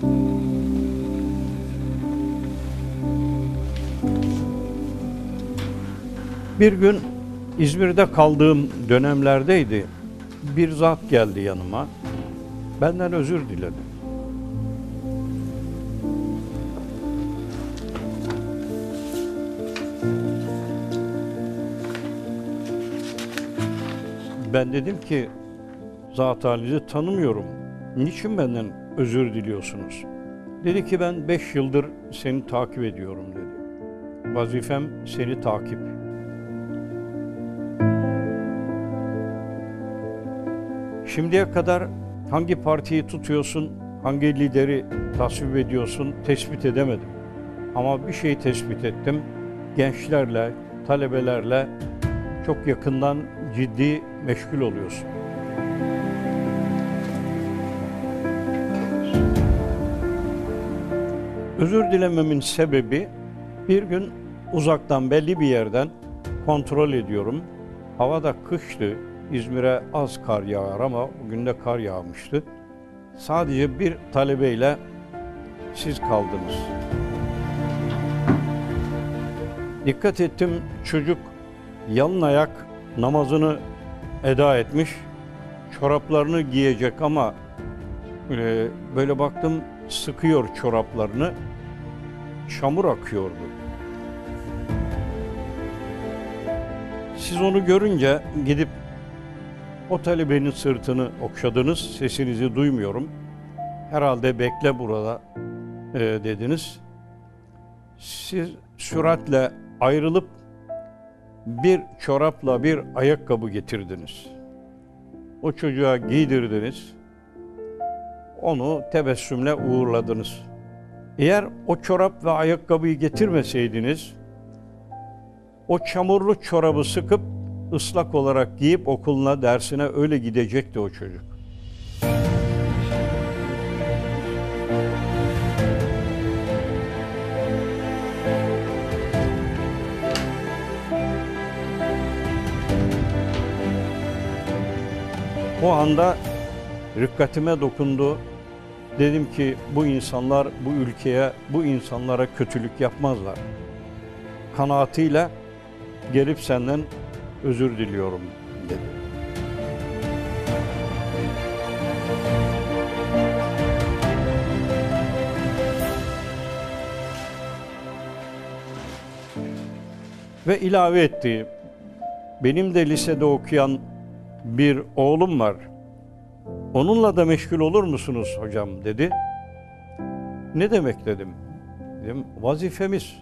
Bir gün İzmir'de kaldığım dönemlerdeydi. Bir zat geldi yanıma. Benden özür diledi. Ben dedim ki, zat halinizi tanımıyorum. Niçin benden özür diliyorsunuz? Dedi ki, ben 5 yıldır seni takip ediyorum dedi. Vazifem seni takip. Şimdiye kadar hangi partiyi tutuyorsun, hangi lideri tasvip ediyorsun tespit edemedim. Ama bir şeyi tespit ettim. Gençlerle, talebelerle çok yakından ciddi meşgul oluyorsun. Özür dilememin sebebi, bir gün uzaktan belli bir yerden kontrol ediyorum. Hava da kıştı. İzmir'e az kar yağar ama bugün de kar yağmıştı. Sadece bir talebeyle siz kaldınız. Dikkat ettim, çocuk yalın ayak namazını eda etmiş. Çoraplarını giyecek ama böyle baktım sıkıyor çoraplarını. Çamur akıyordu. Siz onu görünce gidip o talebenin sırtını okşadınız, sesinizi duymuyorum. Herhalde bekle burada dediniz. Siz süratle ayrılıp bir çorapla bir ayakkabı getirdiniz. O çocuğa giydirdiniz. Onu tebessümle uğurladınız. Eğer o çorap ve ayakkabıyı getirmeseydiniz, o çamurlu çorabı sıkıp ıslak olarak giyip okuluna, dersine öyle gidecekti o çocuk. O anda rikkatime dokundu. Dedim ki bu insanlar bu ülkeye, bu insanlara kötülük yapmazlar. Kanaatiyle gelip senden özür diliyorum dedi. Ve ilave etti. Benim de lisede okuyan bir oğlum var. Onunla da meşgul olur musunuz hocam dedi. Ne demek dedim. Dedim vazifemiz.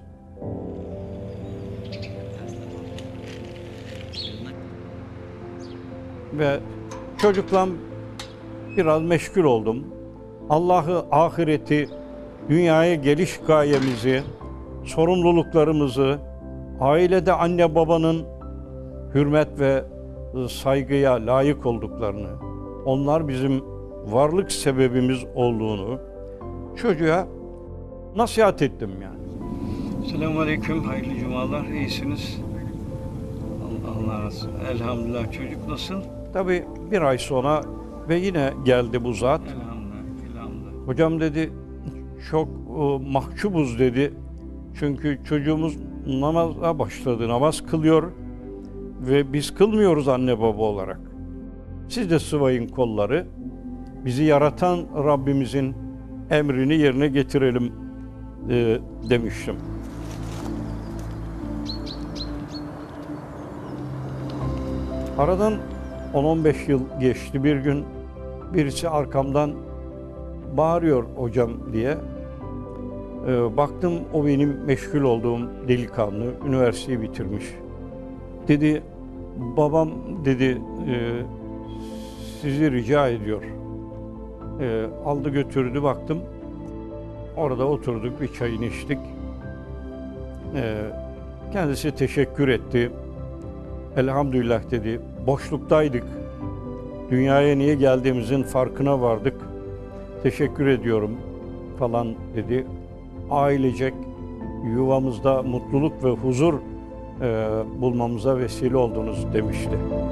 Ve çocukla biraz meşgul oldum. Allah'ı, ahireti, dünyaya geliş gayemizi, sorumluluklarımızı, ailede anne babanın hürmet ve saygıya layık olduklarını, onlar bizim varlık sebebimiz olduğunu çocuğa nasihat ettim yani. Selamünaleyküm, hayırlı cumalar, iyisiniz. Allah razı olsun. Elhamdülillah, çocuk nasıl? Tabii bir ay sonra ve yine geldi bu zat. Elhamdülillah. Hocam dedi, çok mahcubuz dedi. Çünkü çocuğumuz namaza başladı, namaz kılıyor ve biz kılmıyoruz anne baba olarak. Siz de sıvayın kolları, bizi yaratan Rabbimizin emrini yerine getirelim demiştim. Aradan 10-15 yıl geçti. Bir gün birisi arkamdan bağırıyor hocam diye. Baktım o benim meşgul olduğum delikanlı, üniversiteyi bitirmiş. Dedi, babam dedi, sizi rica ediyor. Aldı götürdü, baktım. Orada oturduk, bir çayını içtik. Kendisi teşekkür etti. Elhamdülillah dedi, boşluktaydık. Dünyaya niye geldiğimizin farkına vardık. Teşekkür ediyorum falan dedi. Ailecek yuvamızda mutluluk ve huzur bulmamıza vesile oldunuz demişti.